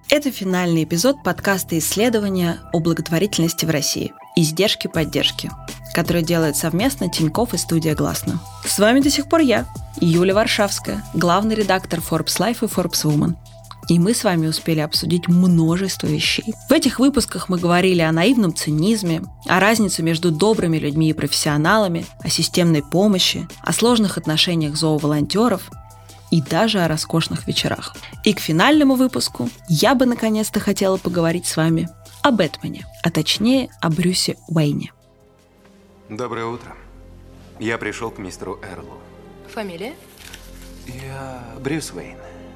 Это финальный эпизод подкаста исследования о благотворительности в России «Издержки поддержки», который делает совместно Тинькофф и студия «Гласно». С вами до сих пор я, Юля Варшавская, главный редактор Forbes Life и Forbes Woman. И мы с вами успели обсудить множество вещей. В этих выпусках мы говорили о наивном цинизме, о разнице между добрыми людьми и профессионалами, о системной помощи, о сложных отношениях зооволонтеров и даже о роскошных вечерах. И к финальному выпуску я бы наконец-то хотела поговорить с вами о Бэтмене, а точнее о Брюсе Уэйне. Доброе утро. Я пришел к мистеру Эрлу. Фамилия? Я Брюс Уэйн.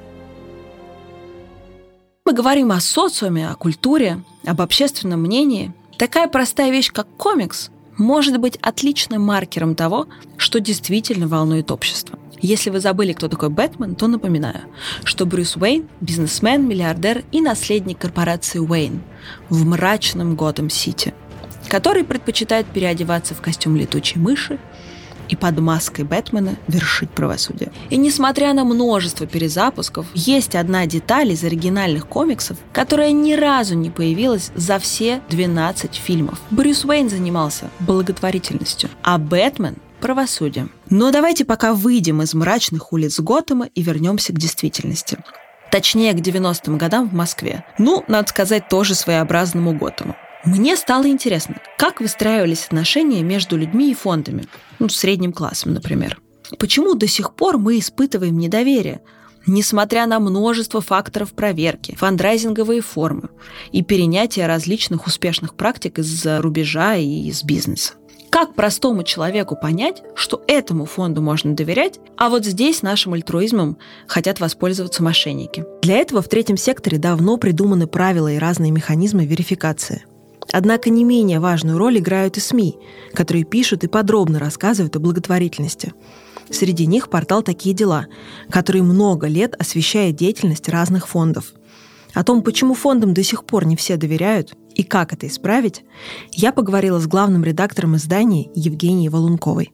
Мы говорим о социуме, о культуре, об общественном мнении. Такая простая вещь, как комикс, может быть отличным маркером того, что действительно волнует общество. Если вы забыли, кто такой Бэтмен, то напоминаю, что Брюс Уэйн – бизнесмен, миллиардер и наследник корпорации Уэйн в мрачном Готэм-Сити, который предпочитает переодеваться в костюм летучей мыши и под маской Бэтмена вершить правосудие. И несмотря на множество перезапусков, есть одна деталь из оригинальных комиксов, которая ни разу не появилась за все 12 фильмов. Брюс Уэйн занимался благотворительностью, а Бэтмен – правосудием. Но давайте пока выйдем из мрачных улиц Готэма и вернемся к действительности. Точнее, к 90-м годам в Москве. Надо сказать, тоже своеобразному Готэму. Мне стало интересно, как выстраивались отношения между людьми и фондами, средним классом, например. Почему до сих пор мы испытываем недоверие, несмотря на множество факторов проверки, фандрайзинговые формы и перенятия различных успешных практик из-за рубежа и из бизнеса? Как простому человеку понять, что этому фонду можно доверять, а вот здесь нашим альтруизмом хотят воспользоваться мошенники? Для этого в третьем секторе давно придуманы правила и разные механизмы верификации. Однако не менее важную роль играют и СМИ, которые пишут и подробно рассказывают о благотворительности. Среди них портал «Такие дела», который много лет освещает деятельность разных фондов. О том, почему фондам до сих пор не все доверяют и как это исправить, я поговорила с главным редактором издания Евгенией Валунковой.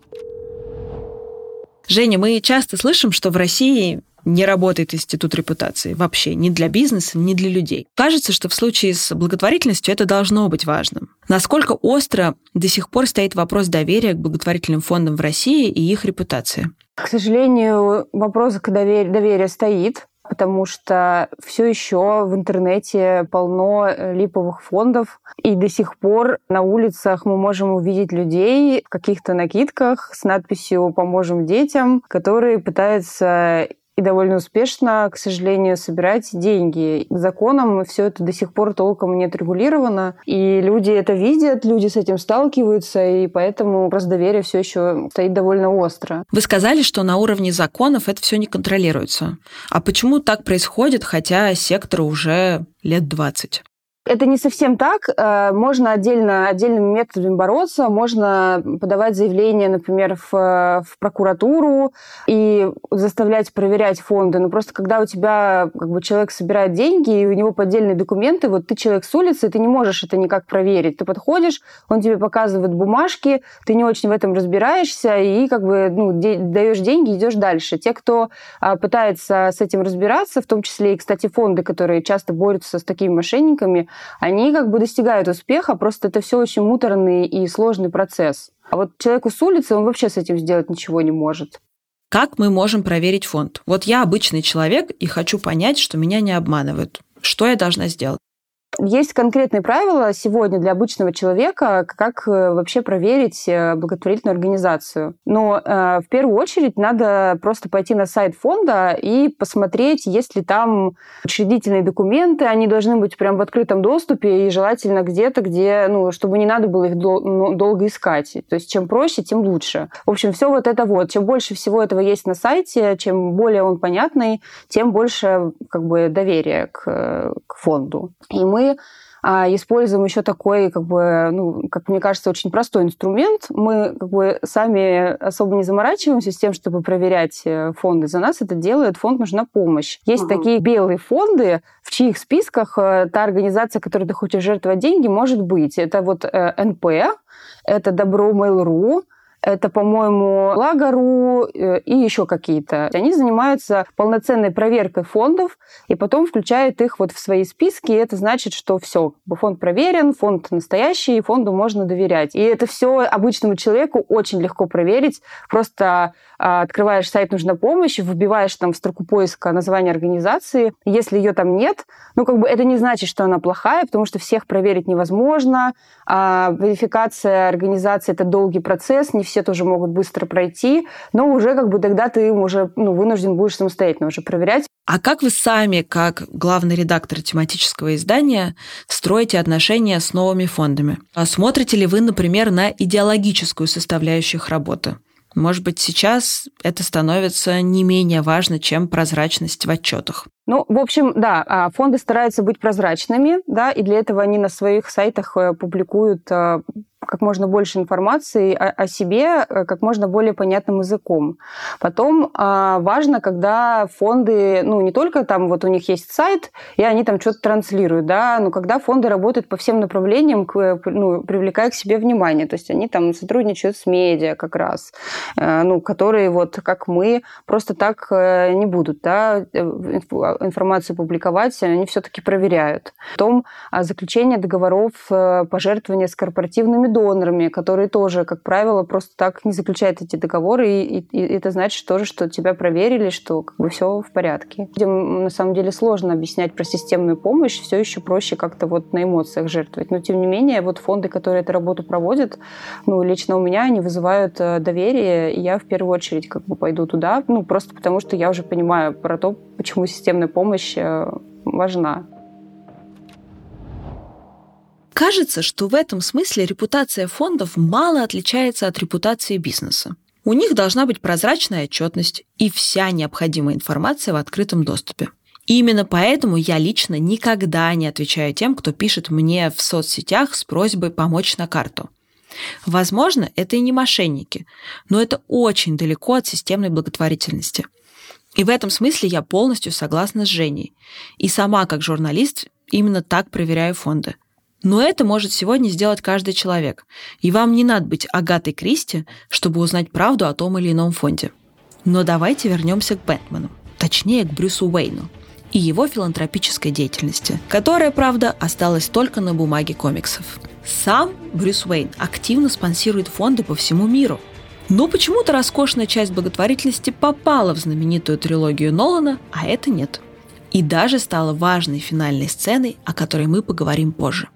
Женя, мы часто слышим, что в России не работает институт репутации вообще ни для бизнеса, ни для людей. Кажется, что в случае с благотворительностью это должно быть важным. Насколько остро до сих пор стоит вопрос доверия к благотворительным фондам в России и их репутации? К сожалению, вопрос к доверия стоит, потому что все еще в интернете полно липовых фондов, и до сих пор на улицах мы можем увидеть людей в каких-то накидках с надписью «Поможем детям», которые пытаются и довольно успешно, к сожалению, собирать деньги. Законом все это до сих пор толком не отрегулировано, и люди это видят, люди с этим сталкиваются, и поэтому просто доверие все еще стоит довольно остро. Вы сказали, что на уровне законов это все не контролируется. А почему так происходит, хотя сектору уже лет 20? Это не совсем так. Можно отдельными методами бороться. Можно подавать заявление, например, в прокуратуру и заставлять проверять фонды. Но просто когда у тебя человек собирает деньги, и у него поддельные документы, вот ты человек с улицы, ты не можешь это никак проверить. Ты подходишь, он тебе показывает бумажки, ты не очень в этом разбираешься, и даешь деньги, идешь дальше. Те, кто пытается с этим разбираться, в том числе и, кстати, фонды, которые часто борются с такими мошенниками, они достигают успеха, просто это все очень муторный и сложный процесс. А вот человеку с улицы, он вообще с этим сделать ничего не может. Как мы можем проверить фонд? Вот я обычный человек и хочу понять, что меня не обманывают. Что я должна сделать? Есть конкретные правила сегодня для обычного человека, как вообще проверить благотворительную организацию. Но в первую очередь надо просто пойти на сайт фонда и посмотреть, есть ли там учредительные документы. Они должны быть прям в открытом доступе и желательно где-то, где, чтобы не надо было их долго искать. То есть чем проще, тем лучше. В общем, все вот это вот. Чем больше всего этого есть на сайте, чем более он понятный, тем больше доверия к фонду. И мы используем еще такой, как мне кажется, очень простой инструмент. Мы сами особо не заморачиваемся с тем, чтобы проверять фонды. За нас это делает фонд «Нужна помощь». Есть такие белые фонды, в чьих списках та организация, которой ты хочешь жертвовать деньги, может быть. Это НП, это Добро Mail.ru, это, по-моему, Лагару и еще какие-то. Они занимаются полноценной проверкой фондов и потом включают их вот в свои списки, и это значит, что все, фонд проверен, фонд настоящий, фонду можно доверять. И это все обычному человеку очень легко проверить. Просто открываешь сайт «Нужна помощь», вбиваешь там в строку поиска название организации. Если ее там нет, это не значит, что она плохая, потому что всех проверить невозможно. Верификация организации – это долгий процесс, не все тоже могут быстро пройти, но уже тогда ты уже вынужден будешь самостоятельно уже проверять. А как вы сами, как главный редактор тематического издания, строите отношения с новыми фондами? Смотрите ли вы, например, на идеологическую составляющую их работы? Может быть, сейчас это становится не менее важно, чем прозрачность в отчетах? В общем, да, фонды стараются быть прозрачными, да, и для этого они на своих сайтах публикуют как можно больше информации о себе как можно более понятным языком. Потом важно, когда фонды, не только там вот у них есть сайт, и они там что-то транслируют, да, но когда фонды работают по всем направлениям, привлекая к себе внимание. То есть они там сотрудничают с медиа как раз, которые вот как мы просто так не будут, да, информацию публиковать, они все-таки проверяют. Потом заключение договоров пожертвования с корпоративными донорами, которые тоже, как правило, просто так не заключают эти договоры, и это значит тоже, что тебя проверили, что все в порядке. Людям на самом деле сложно объяснять про системную помощь, все еще проще как-то вот на эмоциях жертвовать. Но тем не менее, вот фонды, которые эту работу проводят, лично у меня они вызывают доверие, и я в первую очередь пойду туда, просто потому что я уже понимаю про то, почему системная помощь важна. Кажется, что в этом смысле репутация фондов мало отличается от репутации бизнеса. У них должна быть прозрачная отчетность и вся необходимая информация в открытом доступе. И именно поэтому я лично никогда не отвечаю тем, кто пишет мне в соцсетях с просьбой помочь на карту. Возможно, это и не мошенники, но это очень далеко от системной благотворительности. И в этом смысле я полностью согласна с Женей. И сама, как журналист, именно так проверяю фонды. Но это может сегодня сделать каждый человек. И вам не надо быть Агатой Кристи, чтобы узнать правду о том или ином фонде. Но давайте вернемся к Бэтмену, точнее, к Брюсу Уэйну и его филантропической деятельности, которая, правда, осталась только на бумаге комиксов. Сам Брюс Уэйн активно спонсирует фонды по всему миру. Но почему-то роскошная часть благотворительности попала в знаменитую трилогию Нолана, а это нет. И даже стала важной финальной сценой, о которой мы поговорим позже.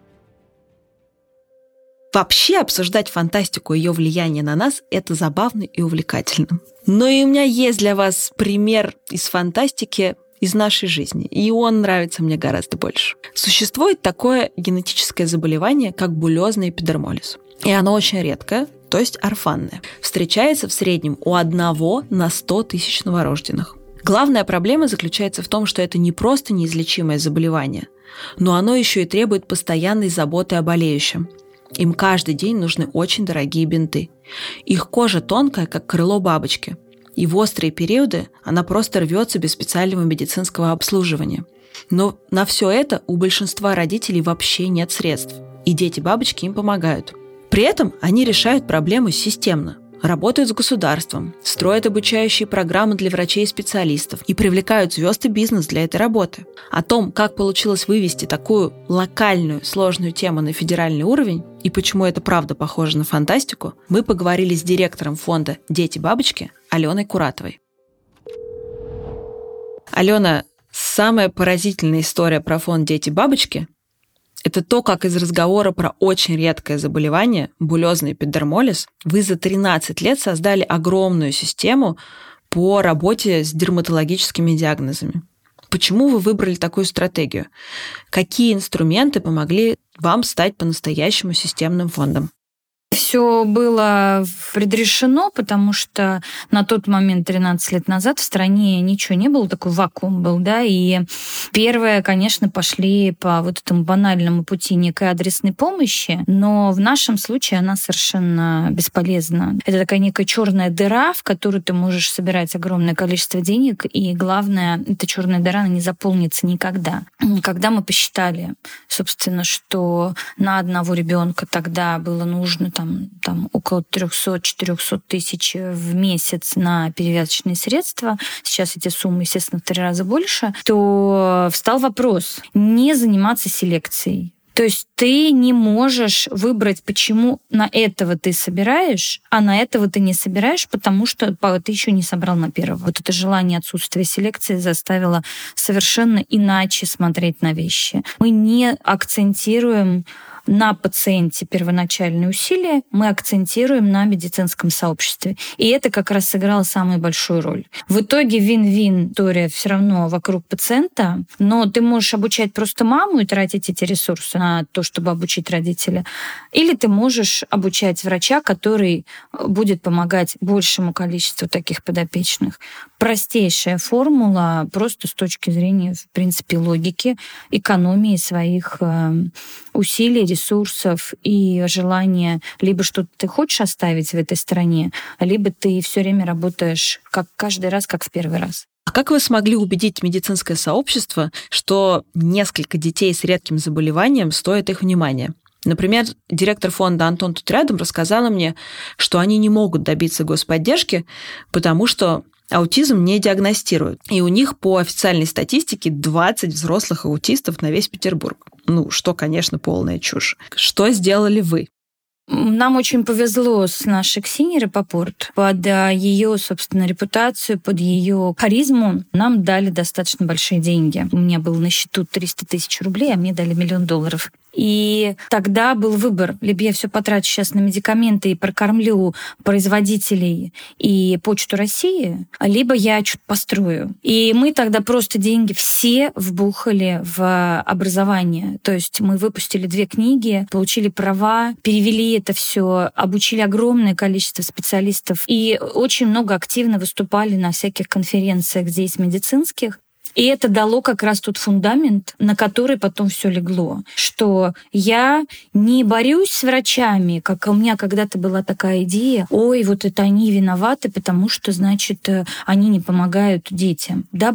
Вообще обсуждать фантастику и ее влияние на нас – это забавно и увлекательно. Но и у меня есть для вас пример из фантастики из нашей жизни, и он нравится мне гораздо больше. Существует такое генетическое заболевание, как буллезный эпидермолиз. И оно очень редкое, то есть орфанное. Встречается в среднем у 1 на 100 тысяч новорожденных. Главная проблема заключается в том, что это не просто неизлечимое заболевание, но оно еще и требует постоянной заботы о болеющем. Им каждый день нужны очень дорогие бинты. Их кожа тонкая, как крыло бабочки. И в острые периоды она просто рвется без специального медицинского обслуживания. Но на все это у большинства родителей вообще нет средств. И дети-бабочки им помогают. При этом они решают проблему системно. Работают с государством, строят обучающие программы для врачей и специалистов и привлекают звезд и бизнес для этой работы. О том, как получилось вывести такую локальную сложную тему на федеральный уровень и почему это правда похоже на фантастику, мы поговорили с директором фонда «Дети-бабочки» Аленой Куратовой. Алена, самая поразительная история про фонд «Дети-бабочки» – это то, как из разговора про очень редкое заболевание, буллезный эпидермолиз, вы за 13 лет создали огромную систему по работе с дерматологическими диагнозами. Почему вы выбрали такую стратегию? Какие инструменты помогли вам стать по-настоящему системным фондом? Все было предрешено, потому что на тот момент, 13 лет назад, в стране ничего не было, такой вакуум был, да, и первое, конечно, пошли по вот этому банальному пути некой адресной помощи, но в нашем случае она совершенно бесполезна. Это такая некая черная дыра, в которую ты можешь собирать огромное количество денег, и главное, эта черная дыра, она не заполнится никогда. Когда мы посчитали, собственно, что на одного ребенка тогда было нужно там нам там около 300-400 тысяч в месяц на перевязочные средства, сейчас эти суммы, естественно, в 3 раза больше, то встал вопрос не заниматься селекцией. То есть ты не можешь выбрать, почему на этого ты собираешь, а на этого ты не собираешь, потому что ты еще не собрал на первого. Вот это желание отсутствия селекции заставило совершенно иначе смотреть на вещи. Мы не акцентируем на пациенте первоначальные усилия, мы акцентируем на медицинском сообществе. И это как раз сыграло самую большую роль. В итоге вин-вин история все равно вокруг пациента, но ты можешь обучать просто маму и тратить эти ресурсы на то, чтобы обучить родителя. Или ты можешь обучать врача, который будет помогать большему количеству таких подопечных. Простейшая формула просто с точки зрения, в принципе, логики, экономии своих усилий, ресурсов и желания либо что-то ты хочешь оставить в этой стране, либо ты все время работаешь как каждый раз, как в первый раз. А как вы смогли убедить медицинское сообщество, что несколько детей с редким заболеванием стоит их внимания? Например, директор фонда Антон тут рядом рассказала мне, что они не могут добиться господдержки, потому что аутизм не диагностируют. И у них по официальной статистике 20 взрослых аутистов на весь Петербург. Что, конечно, полная чушь. Что сделали вы? Нам очень повезло с нашей Ксенией Рапопорт. Под ее, собственно, репутацию, под ее харизму нам дали достаточно большие деньги. У меня был на счету 300 тысяч рублей, а мне дали $1 миллион. И тогда был выбор. Либо я все потрачу сейчас на медикаменты и прокормлю производителей и Почту России, либо я что-то построю. И мы тогда просто деньги все вбухали в образование. То есть мы выпустили 2 книги, получили права, перевели это все, обучили огромное количество специалистов и очень много активно выступали на всяких конференциях здесь медицинских. И это дало как раз тот фундамент, на который потом все легло. Что я не борюсь с врачами, как у меня когда-то была такая идея, ой, вот это они виноваты, потому что, значит, они не помогают детям. Да,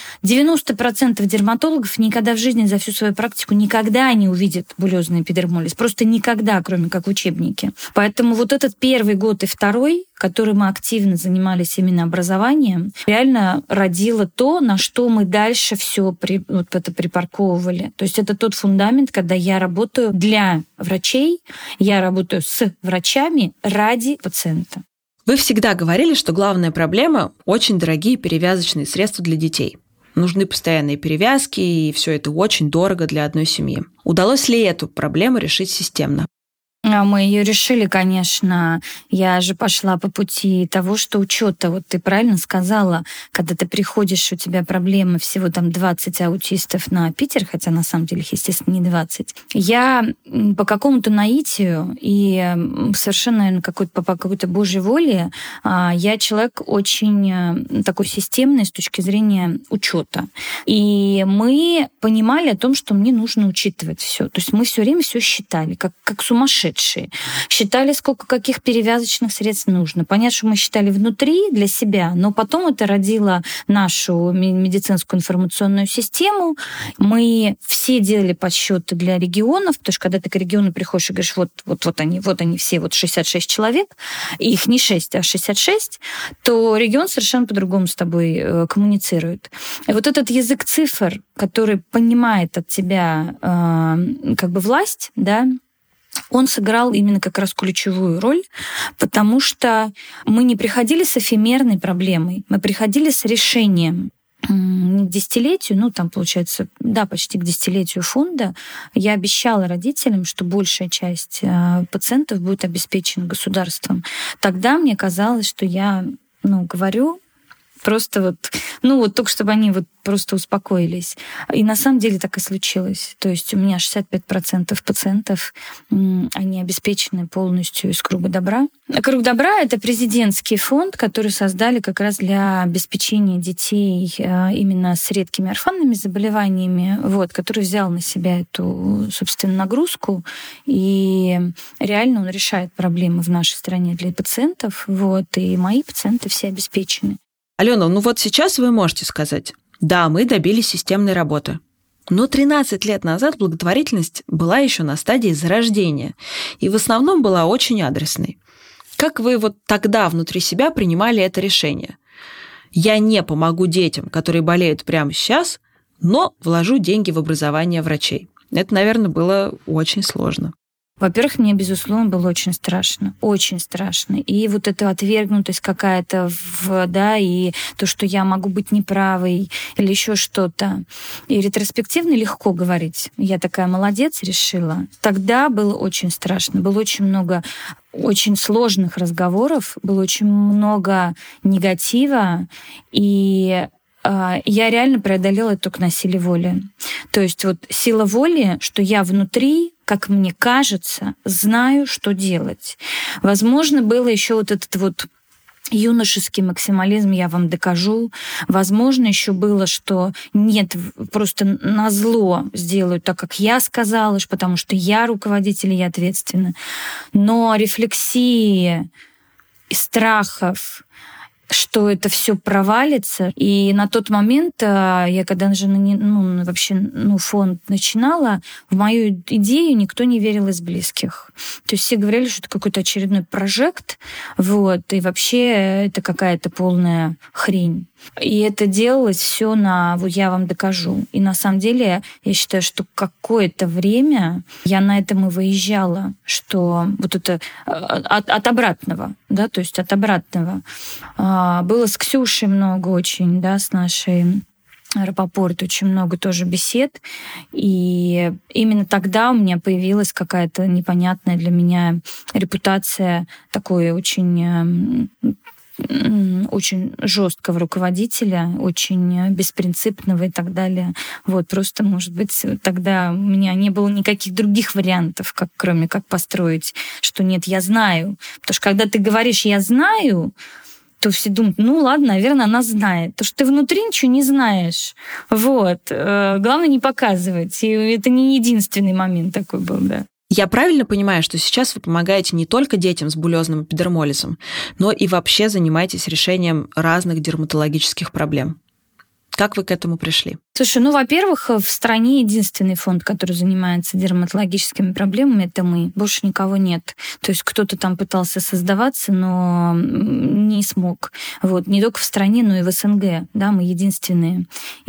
90% дерматологов никогда в жизни за всю свою практику никогда не увидят булезный эпидермолиз. Просто никогда, кроме как в учебнике. Поэтому вот этот 1 год и 2, который мы активно занимались именно образованием, реально родило то, на что мы дальше все это припарковывали. То есть это тот фундамент, когда я работаю для врачей, я работаю с врачами ради пациента. Вы всегда говорили, что главная проблема – очень дорогие перевязочные средства для детей. Нужны постоянные перевязки, и все это очень дорого для одной семьи. Удалось ли эту проблему решить системно? Мы ее решили, конечно. Я же пошла по пути того, что учета. Вот ты правильно сказала, когда ты приходишь, у тебя проблемы, всего там 20 аутистов на Питер, хотя на самом деле их, естественно, не 20. Я по какому-то наитию и совершенно, наверное, по какой-то божьей воле, я человек очень такой системный с точки зрения учета. И мы понимали о том, что мне нужно учитывать все. То есть мы все время все считали, как сумасшедшие. Считали, сколько каких перевязочных средств нужно. Понятно, что мы считали внутри для себя, но потом это родило нашу медицинскую информационную систему. Мы все делали подсчеты для регионов, потому что когда ты к региону приходишь и говоришь, вот они все, 66 человек, и их не 6, а 66, то регион совершенно по-другому с тобой коммуницирует. И вот этот язык цифр, который понимает от тебя власть, да, он сыграл именно как раз ключевую роль, потому что мы не приходили с эфемерной проблемой, мы приходили с решением. К десятилетию, получается, почти к десятилетию фонда, я обещала родителям, что большая часть пациентов будет обеспечена государством. Тогда мне казалось, что я, говорю просто только чтобы они просто успокоились. И на самом деле так и случилось. То есть у меня 65% пациентов, они обеспечены полностью из Круга добра. Круг добра — это президентский фонд, который создали как раз для обеспечения детей именно с редкими орфанными заболеваниями, который взял на себя эту, собственно, нагрузку. И реально он решает проблемы в нашей стране для пациентов. И мои пациенты все обеспечены. Алена, сейчас вы можете сказать, да, мы добились системной работы. Но 13 лет назад благотворительность была еще на стадии зарождения и в основном была очень адресной. Как вы вот тогда внутри себя принимали это решение? Я не помогу детям, которые болеют прямо сейчас, но вложу деньги в образование врачей. Это, наверное, было очень сложно. Во-первых, мне, безусловно, было очень страшно. Очень страшно. И вот эта отвергнутость какая-то, и то, что я могу быть неправой или еще что-то. И ретроспективно легко говорить. Я такая молодец, решила. Тогда было очень страшно. Было очень много очень сложных разговоров, было очень много негатива, и я реально преодолела это только на силе воли. То есть вот сила воли, что я внутри, как мне кажется, знаю, что делать. Возможно, было еще вот этот вот юношеский максимализм, я вам докажу. Возможно, еще было, что нет, просто назло сделаю так, как я сказала, потому что я руководитель, я ответственна. Но рефлексии, страхов, что это все провалится. И на тот момент, я когда же фонд начинала, в мою идею никто не верил из близких. То есть все говорили, что это какой-то очередной прожект, и вообще это какая-то полная хрень. И это делалось все я вам докажу. И на самом деле я считаю, что какое-то время я на этом и выезжала, что вот это от обратного, то есть от обратного. Было с Ксюшей много очень, с нашей Рапопорт, очень много тоже бесед. И именно тогда у меня появилась какая-то непонятная для меня репутация такой очень жесткого руководителя, очень беспринципного и так далее. Просто, может быть, тогда у меня не было никаких других вариантов, кроме как построить, что нет, я знаю. Потому что когда ты говоришь «я знаю», то все думают, ладно, наверное, она знает. То, что ты внутри ничего не знаешь. Главное не показывать. И это не единственный момент такой был, да. Я правильно понимаю, что сейчас вы помогаете не только детям с булезным эпидермолизом, но и вообще занимаетесь решением разных дерматологических проблем? Как вы к этому пришли? Слушай, во-первых, в стране единственный фонд, который занимается дерматологическими проблемами, это мы. Больше никого нет. То есть кто-то там пытался создаваться, но не смог. Не только в стране, но и в СНГ. Мы единственные.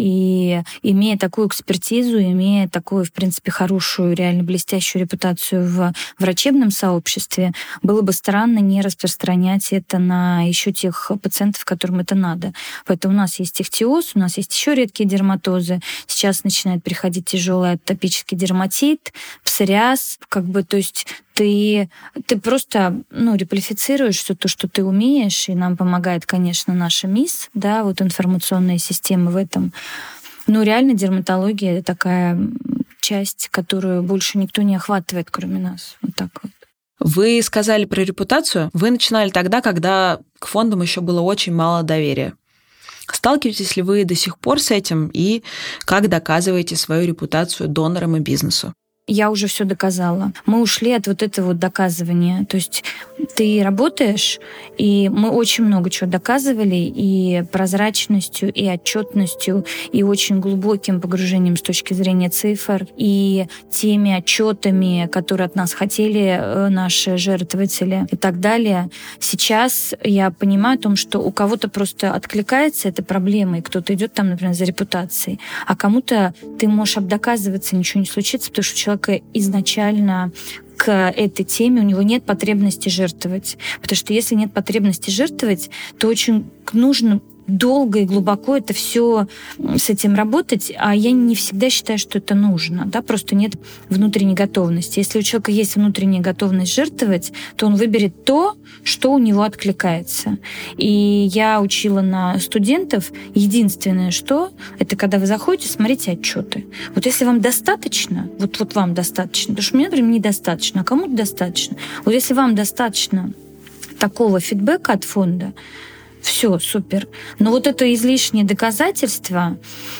И имея такую экспертизу, имея такую, в принципе, хорошую, реально блестящую репутацию в врачебном сообществе, было бы странно не распространять это на еще тех пациентов, которым это надо. Поэтому у нас есть ихтиоз, у нас есть еще редкие дерматозы. Сейчас начинает приходить тяжелый атопический дерматит, псориаз. То есть ты просто реплифицируешь все то, что ты умеешь, и нам помогает, конечно, наша МИС, информационные системы в этом. Но реально дерматология — это такая часть, которую больше никто не охватывает, кроме нас. Так вот. Вы сказали про репутацию. Вы начинали тогда, когда к фондам еще было очень мало доверия. Сталкиваетесь ли вы до сих пор с этим и как доказываете свою репутацию донорам и бизнесу? Я уже все доказала. Мы ушли от этого доказывания. То есть ты работаешь, и мы очень много чего доказывали, и прозрачностью, и отчетностью, и очень глубоким погружением с точки зрения цифр, и теми отчетами, которые от нас хотели наши жертвователи и так далее. Сейчас я понимаю о том, что у кого-то просто откликается эта проблема, и кто-то идет там, например, за репутацией, а кому-то ты можешь обдоказываться, ничего не случится, потому что у человека изначально к этой теме у него нет потребности жертвовать. Потому что если нет потребности жертвовать, то очень нужно долго и глубоко это все с этим работать, а я не всегда считаю, что это нужно. Просто нет внутренней готовности. Если у человека есть внутренняя готовность жертвовать, то он выберет то, что у него откликается. И я учила на студентов единственное, что это когда вы заходите, смотрите отчеты. Если вам достаточно, вам достаточно, потому что мне, например, недостаточно, а кому-то достаточно. Если вам достаточно такого фидбэка от фонда, все, супер. Но это излишнее доказательство,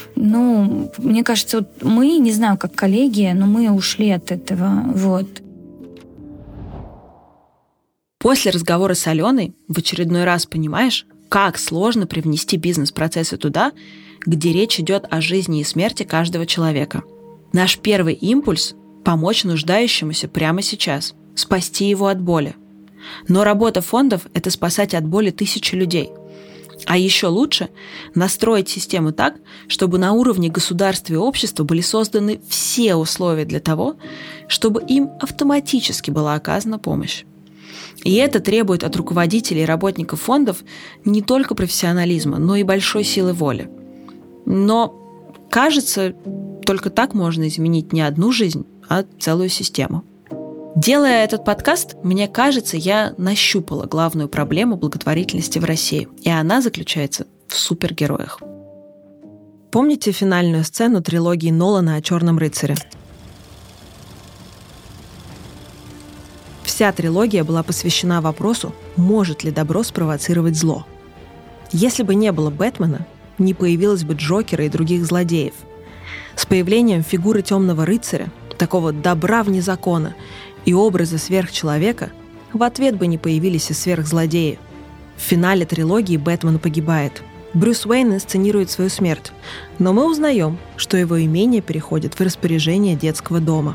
мне кажется, мы, не знаю, как коллеги, но мы ушли от этого. После разговора с Аленой в очередной раз понимаешь, как сложно привнести бизнес-процессы туда, где речь идет о жизни и смерти каждого человека. Наш первый импульс – помочь нуждающемуся прямо сейчас, спасти его от боли. Но работа фондов – это спасать от боли тысячи людей. А еще лучше настроить систему так, чтобы на уровне государства и общества были созданы все условия для того, чтобы им автоматически была оказана помощь. И это требует от руководителей и работников фондов не только профессионализма, но и большой силы воли. Но, кажется, только так можно изменить не одну жизнь, а целую систему. Делая этот подкаст, мне кажется, я нащупала главную проблему благотворительности в России, и она заключается в супергероях. Помните финальную сцену трилогии Нолана о «Черном рыцаре»? Вся трилогия была посвящена вопросу, может ли добро спровоцировать зло. Если бы не было Бэтмена, не появилось бы Джокера и других злодеев. С появлением фигуры темного рыцаря, такого добра вне закона, и образа сверхчеловека, в ответ бы не появились и сверхзлодеи. В финале трилогии Бэтмен погибает. Брюс Уэйн инсценирует свою смерть, но мы узнаем, что его имение переходит в распоряжение детского дома.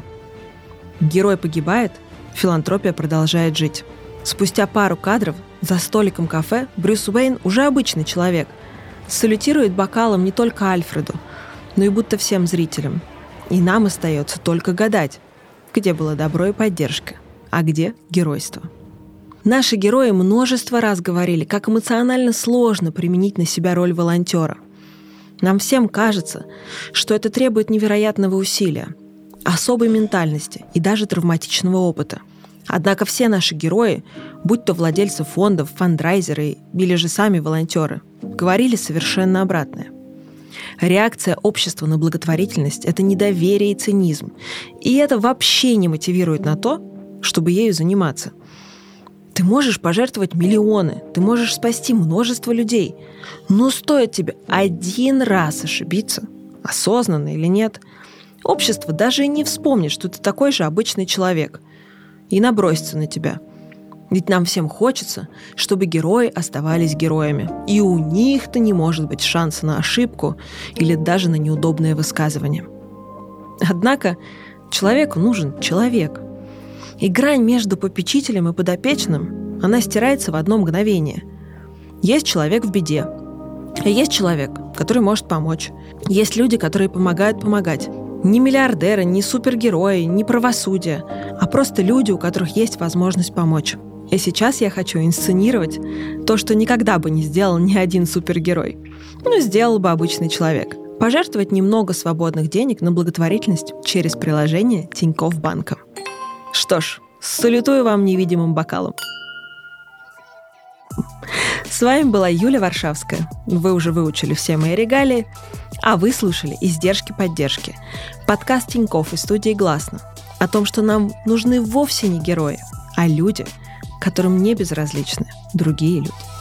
Герой погибает, филантропия продолжает жить. Спустя пару кадров за столиком кафе Брюс Уэйн уже обычный человек, салютирует бокалом не только Альфреду, но и будто всем зрителям. И нам остается только гадать, где было добро и поддержка, а где геройство. Наши герои множество раз говорили, как эмоционально сложно применить на себя роль волонтера. Нам всем кажется, что это требует невероятного усилия, особой ментальности и даже травматичного опыта. Однако все наши герои, будь то владельцы фондов, фандрайзеры или же сами волонтеры, говорили совершенно обратное. Реакция общества на благотворительность – это недоверие и цинизм. И это вообще не мотивирует на то, чтобы ею заниматься. Ты можешь пожертвовать миллионы, ты можешь спасти множество людей, но стоит тебе один раз ошибиться, осознанно или нет, общество даже и не вспомнит, что ты такой же обычный человек, и набросится на тебя. Ведь нам всем хочется, чтобы герои оставались героями. И у них-то не может быть шанса на ошибку или даже на неудобное высказывание. Однако человеку нужен человек. И грань между попечителем и подопечным, она стирается в одно мгновение. Есть человек в беде. И есть человек, который может помочь. Есть люди, которые помогают помогать. Не миллиардеры, не супергерои, не правосудие, а просто люди, у которых есть возможность помочь. И сейчас я хочу инсценировать то, что никогда бы не сделал ни один супергерой. Но сделал бы обычный человек. Пожертвовать немного свободных денег на благотворительность через приложение Тинькофф Банка. Что ж, салютую вам невидимым бокалом. С вами была Юля Варшавская. Вы уже выучили все мои регалии, а вы слушали «Издержки поддержки». Подкаст Тинькофф из студии «Гласно» о том, что нам нужны вовсе не герои, а люди, которым не безразличны другие люди.